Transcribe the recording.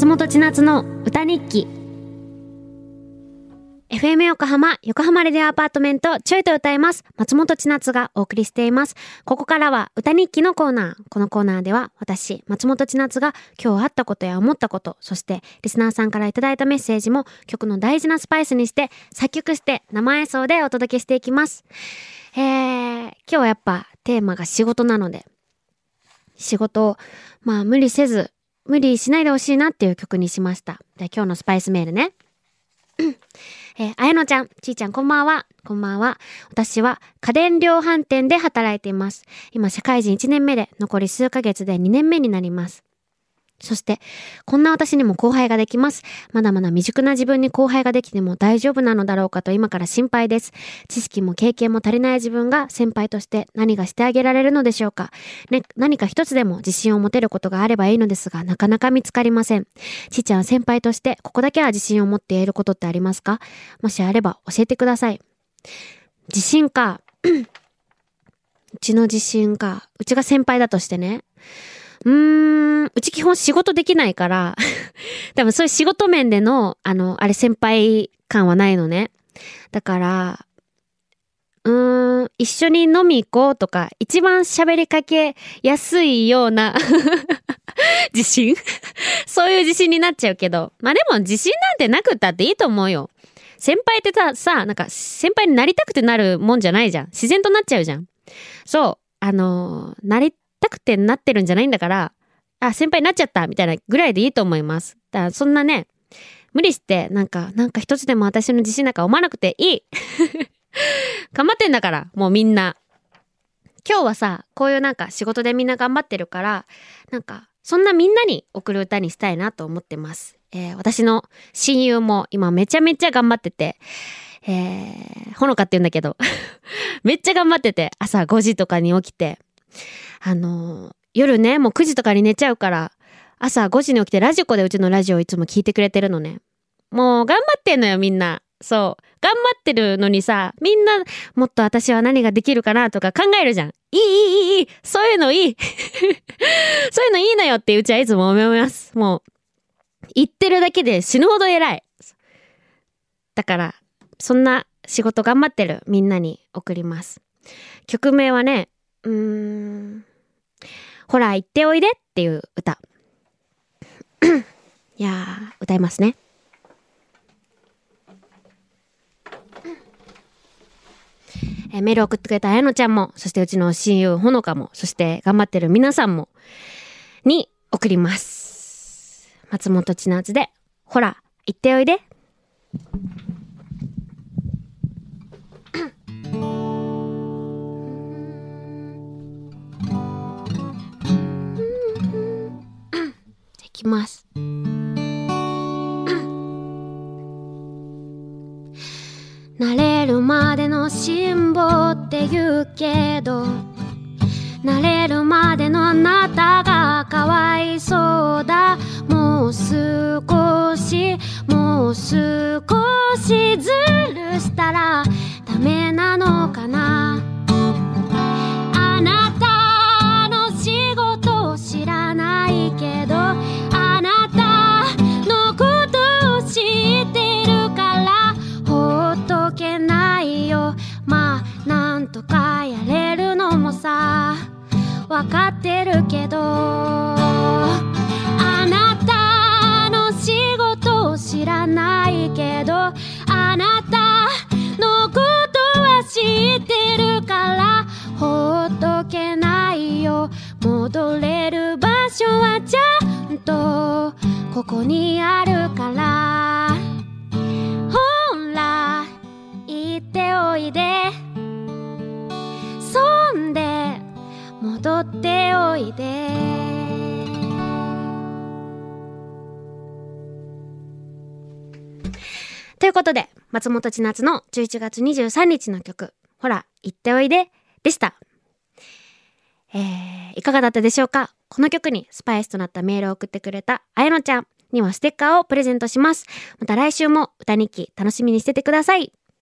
本千夏の歌日記。 FM 横浜レディオアパートメントちょいと歌います。松本千夏がお送りしています。ここからは歌日記のコーナー。このコーナーでは私松本千夏が今日あったことや思ったこと、そしてリスナーさんからいただいたメッセージも曲の大事なスパイスにして作曲して生演奏でお届けしていきます。今日はやっぱテーマが仕事なので、仕事を無理せず無理しないでほしいなっていう曲にしました。で、今日のスパイスメールね。あやのちゃん、ちーちゃん、こんばんは。こんばんは。私は家電量販店で働いています。今、社会人1年目で、残り数ヶ月で2年目になります。そして、こんな私にも後輩ができます。まだまだ未熟な自分に後輩ができても大丈夫なのだろうかと今から心配です。知識も経験も足りない自分が先輩として何がしてあげられるのでしょうか。ね、何か一つでも自信を持てることがあればいいのですが、なかなか見つかりません。ちーちゃんは先輩としてここだけは自信を持っていることってありますか？もしあれば教えてください。自信か。うちの自信か。うちが先輩だとしてね。うち基本仕事できないから、多分そういう仕事面での、あれ先輩感はないのね。だから、一緒に飲み行こうとか、一番喋りかけやすいような自信そういう自信になっちゃうけど、でも自信なんてなくったっていいと思うよ。先輩ってさ、なんか先輩になりたくてなるもんじゃないじゃん。自然となっちゃうじゃん。そう、なりたくてなってるんじゃないんだから、先輩になっちゃったみたいなぐらいでいいと思います。だからそんなね、無理してなんか一つでも私の自信なんか思わなくていい。頑張ってんだから、もうみんな。今日はさ、こういうなんか仕事でみんな頑張ってるから、なんかそんなみんなに送る歌にしたいなと思ってます。私の親友も今めちゃめちゃ頑張ってて、ほのかって言うんだけど、めっちゃ頑張ってて、朝5時とかに起きて、夜ね、もう9時とかに寝ちゃうから、朝5時に起きてラジコでうちのラジオをいつも聞いてくれてるのね。もう頑張ってんのよ、みんな。そう。頑張ってるのにさ、みんなもっと私は何ができるかなとか考えるじゃん。いい。そういうのいい。そういうのいいのよってうちはいつも思います。もう、言ってるだけで死ぬほど偉い。だから、そんな仕事頑張ってるみんなに送ります。曲名はね、ほら言っておいでっていう歌。いやー、歌いますね。メールを送ってくれたあやのちゃんも、そしてうちの親友ほのかも、そして頑張ってる皆さんもに送ります。松本千夏でほら言っておいで。いきます。慣れるまでの辛抱って言うけど、慣れるまでのあなたがかわいそうだ。もう少しずるしたらダメなのかな。あなたの仕事を知らないけど、あなたのことを知ってるからほっとけないよ。なんとかやれるのもさわかってるけど、あなたの仕事を知らないけど、あなたのことは知ってるからほっとけないよ。戻れる場所はちゃんとここにあるから、ほら言っておいで、そんで戻っておいで。ということで、松本千夏の11月23日の曲、ほら言っておいででした。いかがだったでしょうか。この曲にスパイスとなったメールを送ってくれたあやのちゃんにはステッカーをプレゼントします。また来週も歌日記楽しみにしててください。